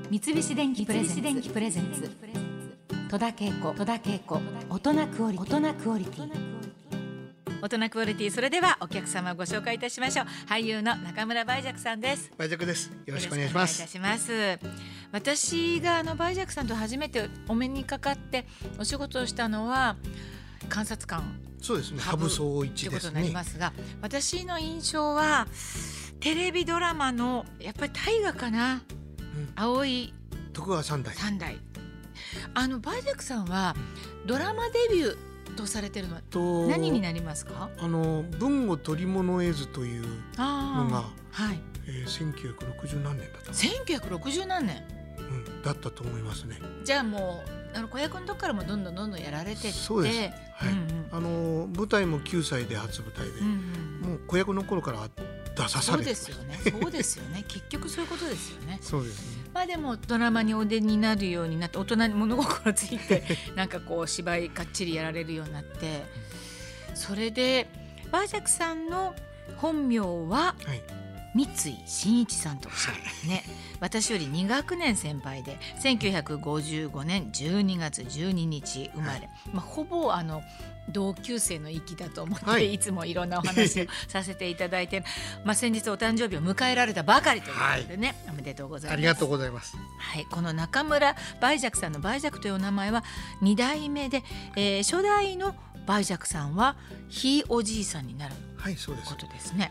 三菱電機プレゼンツ戸田恵子大人クオリティ。大人クオリティ。それではお客様をご紹介いたしましょう。俳優の中村梅雀さんです。 梅雀です。よろしくお願いします。 私が梅雀さんと初めてお目にかかってお仕事をしたのは監察官、 そうですね、羽生総一ですね。ということになりますが、私の印象はテレビドラマのやっぱり大河かな、青い徳川三代。 梅雀さんはドラマデビューとされてるのは何になりますか？ 文を取り物得ずというのが、1960何年だった 1960何年、 だったと思いますね。 じゃあもう子役のとこからもどんどんやられてって。 そうです、はい。舞台も9歳で初舞台で、もう子役の頃から出さされて。 そうですよね結局そういうことですよね。 そうですね。 でもドラマにお出になるようになって、大人に物心ついてなんかこう芝居かっちりやられるようになって、それで梅雀さんの本名は、三井真一さんとおっしゃるね。私より2学年先輩で1955年12月12日生まれ、ほぼ同級生の域だと思って、いつもいろんなお話をさせていただいて、先日お誕生日を迎えられたばかりということでね、おめでとうございます。 ありがとうございます。 この中村梅雀さんの梅雀というお名前は2代目で、初代の梅雀さんはひいおじいさんになることですね。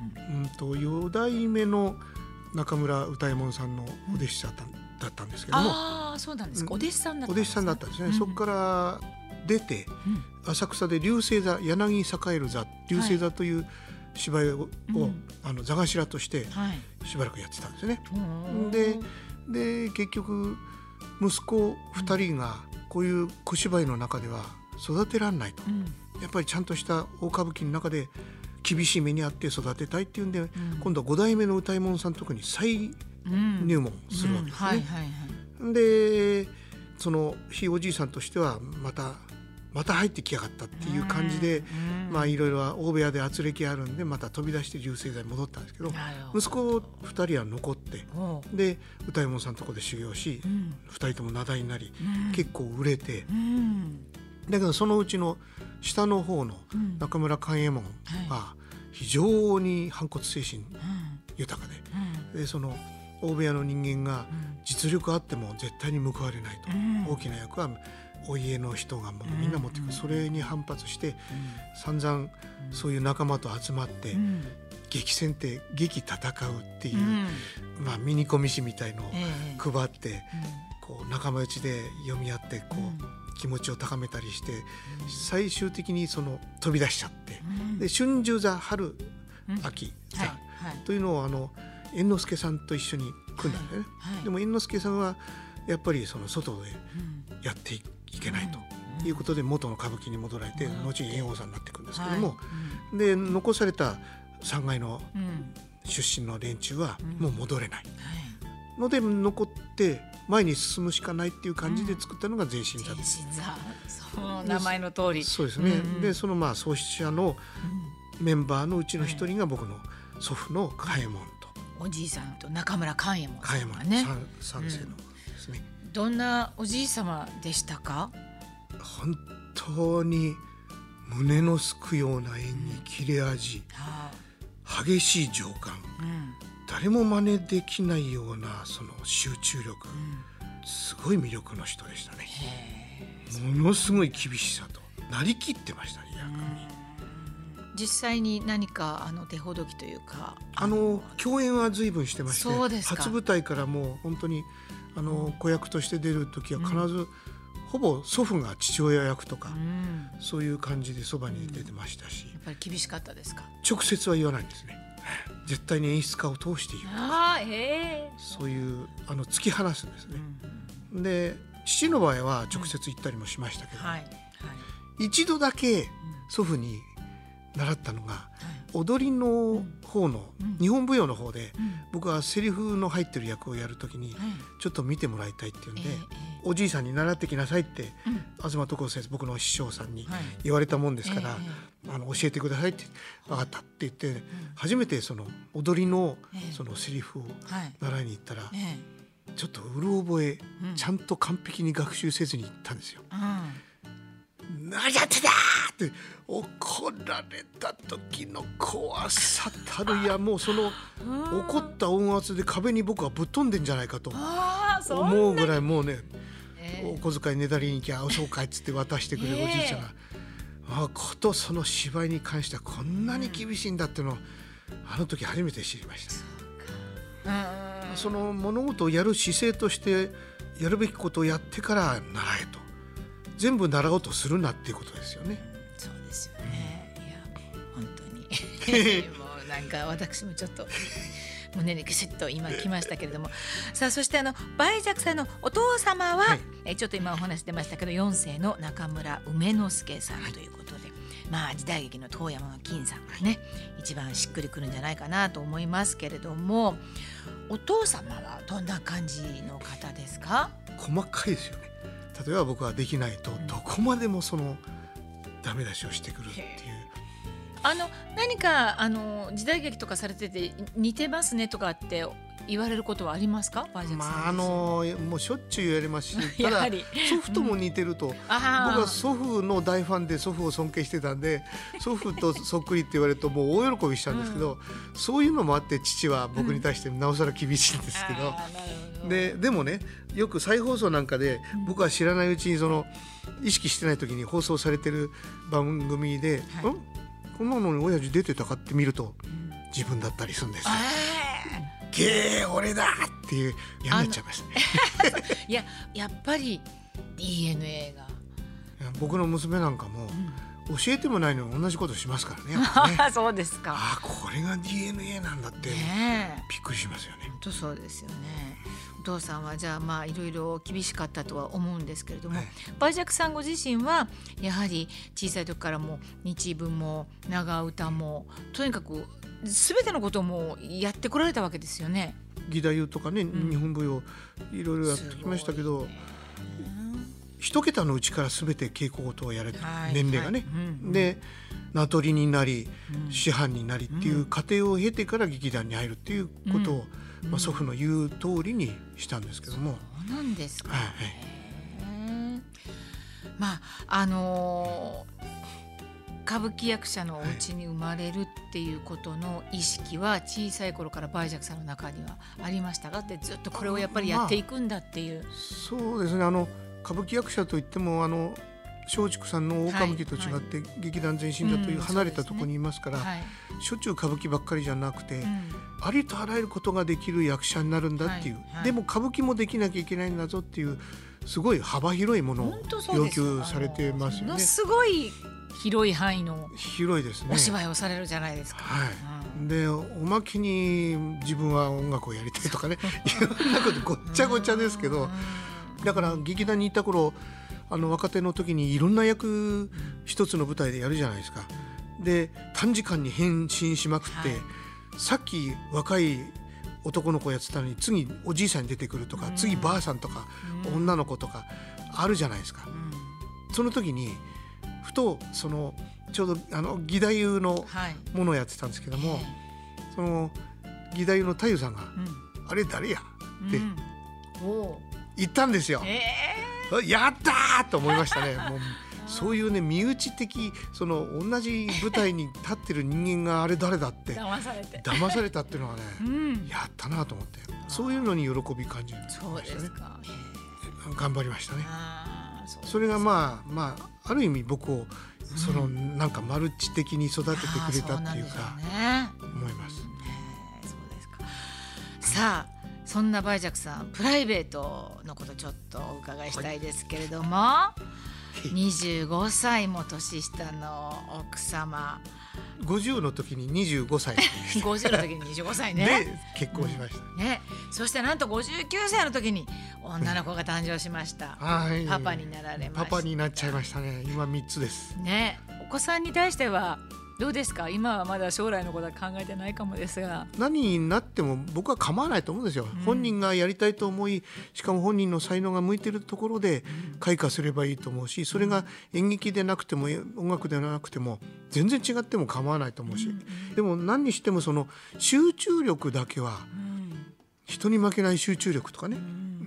4代目の中村歌右衛門さんのお弟子だったんですけども、 そうなんですか。お弟子さんだったんですね。 お弟子さんだったんですね。そこから出て、浅草で流星座、柳栄える座、流星座という芝居を、座頭としてしばらくやってたんですね。で結局息子2人がこういう小芝居の中では育てられないと、やっぱりちゃんとした大歌舞伎の中で厳しい目にあって育てたいっていうんで、今度は5代目の歌右衛門さんのとこに再入門するわけですね。でそのひいおじいさんとしてはまた入ってきやがったっていう感じで、いろいろ大部屋で圧力あるんでまた飛び出して流星座に戻ったんですけど、息子2人は残って、で歌右衛門さんのとこで修行し、2人とも名題になり、結構売れて、だけどそのうちの下の方の中村勘右衛門は非常に反骨精神豊かで、その大部屋の人間が実力あっても絶対に報われないと、大きな役はお家の人がもうみんな持ってくる、それに反発して、散々そういう仲間と集まって、激戦って激戦うっていう、ミニコミ誌みたいのを配って、こう仲間内で読み合ってこう、気持ちを高めたりして、最終的にその飛び出しちゃって、で春秋座、春秋座というのを猿之助さんと一緒に組んだんだよね。でも猿之助さんはやっぱりその外でやっていけないということで元の歌舞伎に戻られて、後に猿翁さんになっていくんですけども、で残された3階の出身の連中はもう戻れないので、残って前に進むしかないっていう感じで作ったのが前進座です。 その名前の通り。 そうですね。でその創始者のメンバーのうちの一人が僕の祖父の嘉右衛門と、 おじいさんと中村勘右衛門さんがね、三世のですね。 どんなおじい様でしたか？ 本当に胸のすくような演技、切れ味、激しい情感、誰も真似できないようなその集中力、すごい魅力の人でしたね。ものすごい厳しさとなりきってましたね、役に。 実際に何か手ほどきというか共演は随分してまして、 そうですか。 初舞台からもう本当に子役として出る時は必ず、ほぼ祖父が父親役とか、そういう感じでそばに出てましたし、 やっぱり厳しかったですか？ 直接は言わないんですね。絶対に演出家を通して言う、そういう突き放すんですね。で父の場合は直接言ったりもしましたけど、一度だけ祖父に習ったのが、踊りの方の、日本舞踊の方で、僕はセリフの入ってる役をやるときに、ちょっと見てもらいたいっていうんで、おじいさんに習ってきなさいって、東所先生、僕の師匠さんに言われたもんですから、教えてくださいって、分かったって言って、初めてその踊りのそのセリフを習いに行ったら、 ちょっとうる覚え、ちゃんと完璧に学習せずに行ったんですよ。何やってたって怒られた時の怖さたるや、もうその怒った音圧で壁に僕はぶっ飛んでんじゃないかと思うぐらい、もうね、お小遣いねだりに行きゃそうかいっつって渡してくれるおじいちゃんが、ことその芝居に関してはこんなに厳しいんだっていうのをあの時初めて知りました。その物事をやる姿勢としてやるべきことをやってから習えと、全部習おうとするなっていうことですよね。 そうですよね。いや本当にもうなんか私もちょっと胸にぐしっと今来ましたけれどもさあ、そして梅雀さんのお父様は、ちょっと今お話出ましたけど4世の中村梅之助さんということで、時代劇の遠山の金さんがね、一番しっくりくるんじゃないかなと思いますけれども、お父様はどんな感じの方ですか？ 細かいですよね。例えば僕はできないとどこまでもそのダメ出しをしてくるっていう、 何か時代劇とかされてて似てますねとかって言われることはありますか？ もうしょっちゅう言われますし、ただ祖父とも似てると、僕は祖父の大ファンで祖父を尊敬してたんで、祖父とそっくりって言われるともう大喜びしたんですけど、そういうのもあって父は僕に対してなおさら厳しいんですけど、でもね、よく再放送なんかで僕は知らないうちにその意識してない時に放送されてる番組で、こんなのに親父出てたかって見ると自分だったりするんですよ。ゲー俺だっていう嫌になっちゃいますね。 やっぱり DNA が、 僕の娘なんかも、教えてもないのに同じことしますからね。ねそうですか。 これが DNA なんだって、びっくりしますよね。 本当そうですよね。お父さんはじゃあいろいろ厳しかったとは思うんですけれども、梅雀さんご自身はやはり小さい時からも日舞も長唄もとにかく全てのことをもうやってこられたわけですよね。 義太夫とかね、日本舞踊いろいろやってきましたけど、一桁のうちから全て稽古事をやれた、年齢がね、で名取りになり、師範になりっていう過程を経てから劇団に入るっていうことを、祖父の言う通りにしたんですけども。 そうなんですか。歌舞伎役者のお家に生まれるっていうことの意識は小さい頃から梅雀さんの中にはありましたか？ってずっとこれをやっぱりやっていくんだっていう。 そうですね。歌舞伎役者といっても松竹さんの大歌舞伎と違って劇団前身だという離れたところにいますから、しょっちゅう歌舞伎ばっかりじゃなくて、ありとあらゆることができる役者になるんだっていう、でも歌舞伎もできなきゃいけないんだぞっていうすごい幅広いものを要求されてますよね。 すごい広い範囲の広いですね。 お芝居をされるじゃないですか。 でおまけに自分は音楽をやりたいとかね、いろんなことごっちゃごちゃですけど、だから劇団に行った頃若手の時にいろんな役一つの舞台でやるじゃないですか。で短時間に変身しまくって、さっき若い男の子やってたのに次おじいさんに出てくるとか、次ばあさんとか、女の子とかあるじゃないですか。その時にふとちょうど義太夫のものをやってたんですけども、その義太夫の太夫さんが、あれ誰やって言ったんですよ。やったーと思いましたね。もうそういうね、身内的同じ舞台に立ってる人間があれ誰だって騙されたっていうのはね、やったなと思って、そういうのに喜び感じましたね。そうですか。頑張りましたね。それがある意味僕をなんかマルチ的に育ててくれたっていうか、思います。 そうですか。さあそんな梅雀さん、プライベートのことちょっとお伺いしたいですけれども、25歳も年下の奥様、 50の時に25歳 50の時に25歳ねで結婚しました、 ね。そしてなんと59歳の時に女の子が誕生しました。パパになられました。 パパになっちゃいましたね。今3つですね。お子さんに対してはどうですか？今はまだ将来のことは考えてないかもですが、 何になっても僕は構わないと思うんですよ。本人がやりたいと思い、しかも本人の才能が向いているところで開花すればいいと思うし、それが演劇でなくても音楽でなくても全然違っても構わないと思うし、でも何にしてもその集中力だけは、人に負けない集中力とかね、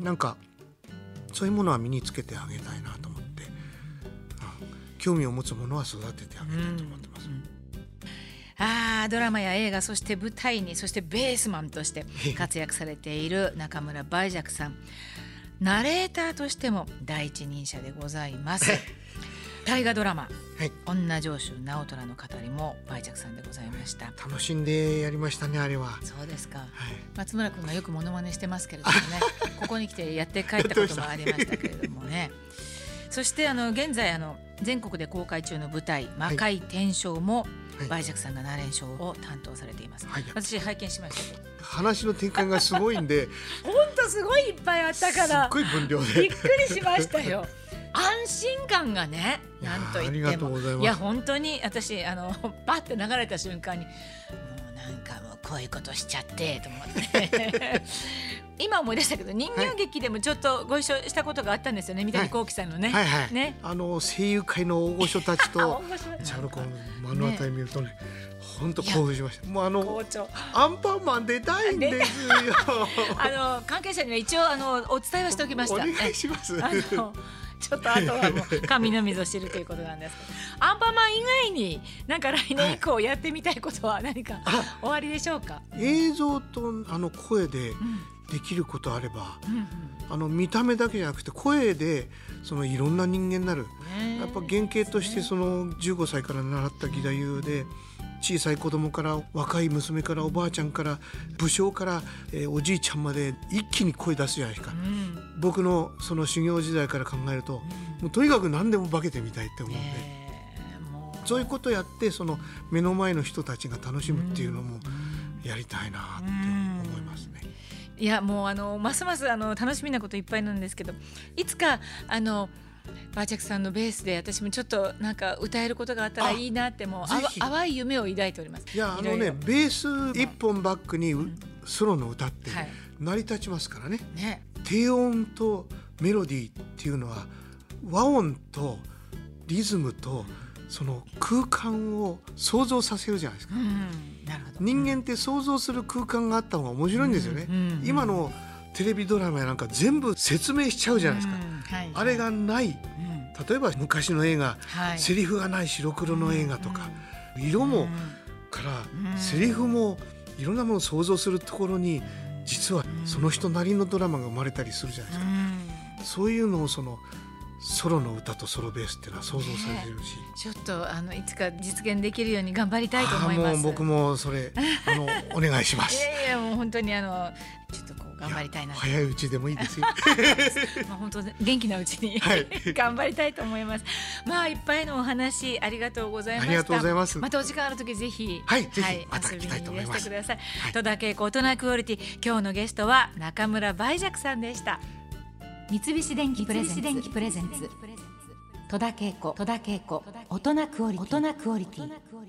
なんかそういうものは身につけてあげたいなと思って、興味を持つものは育ててあげたいと思ってます。 ドラマや映画、そして舞台に、そしてベースマンとして活躍されている中村梅雀さん、ナレーターとしても第一人者でございます。大河ドラマ、女城主直虎の語りも梅雀さんでございました。 楽しんでやりましたね、あれは。 そうですか、松村君がよくモノマネしてますけれどもねここに来てやって帰ったこともありましたけれどもねそして現在全国で公開中の舞台魔界転生も梅雀さんがナレーションを担当されています。私拝見しましたけど、 話の展開がすごいんで本当すごいいっぱいあったからすっごい分量でびっくりしましたよ。安心感がね、なんといっても、 ありがとうございます。 いや本当に私バッて流れた瞬間にもうなんかもうこういうことしちゃってと思って今思い出したけど、人形劇でもちょっとご一緒したことがあったんですよね、三谷幸喜さんのね。ね、 声優界の大御所たちと目の当たり見るとね、本当興奮しました。もうアンパンマン出たいんですよ関係者には一応お伝えはしておきました。 お願いします。 ちょっとあとはもう神のみぞ知るということなんですけど、アンパンマン以外になんか来年以降やってみたいことは何かおありでしょうか。 映像と声でできることあれば、見た目だけじゃなくて声でいろんな人間になる。やっぱ原型として15歳から習った義太夫で、小さい子供から若い娘からおばあちゃんから武将から、おじいちゃんまで一気に声出すじゃないですか。僕の修行時代から考えると、もうとにかく何でも化けてみたいって思うんで、そういうことやって目の前の人たちが楽しむっていうのもやりたいなって思いますね。 いやもうますます楽しみなこといっぱいなんですけど、いつか梅雀さんのベースで私もちょっとなんか歌えることがあったらいいなって、もう淡い夢を抱いております。 いやベース一本バックにソロの歌って成り立ちますからね。低音とメロディーっていうのは和音とリズムと空間を想像させるじゃないですか。人間って想像する空間があった方が面白いんですよね。今のテレビドラマやなんか全部説明しちゃうじゃないですか。あれがない、例えば昔の映画、セリフがない白黒の映画とか、色もからセリフもいろんなものを想像するところに、実はその人なりのドラマが生まれたりするじゃないですか。そういうのをソロの歌とソロベースっていうのは想像されるし、 ちょっといつか実現できるように頑張りたいと思います。 もう僕もそれお願いします。 いやもう本当にちょっと頑張りたいな。 早いうちでもいいですよ。 本当元気なうちに頑張りたいと思います。いっぱいのお話ありがとうございました。 ありがとうございます。 またお時間ある時ぜひぜひまた来たいと思います。 遊びにいらしてください。戸田恵子大人クオリティ、今日のゲストは中村梅雀さんでした。三菱電機プレゼンツ戸田恵子大人クオリティ。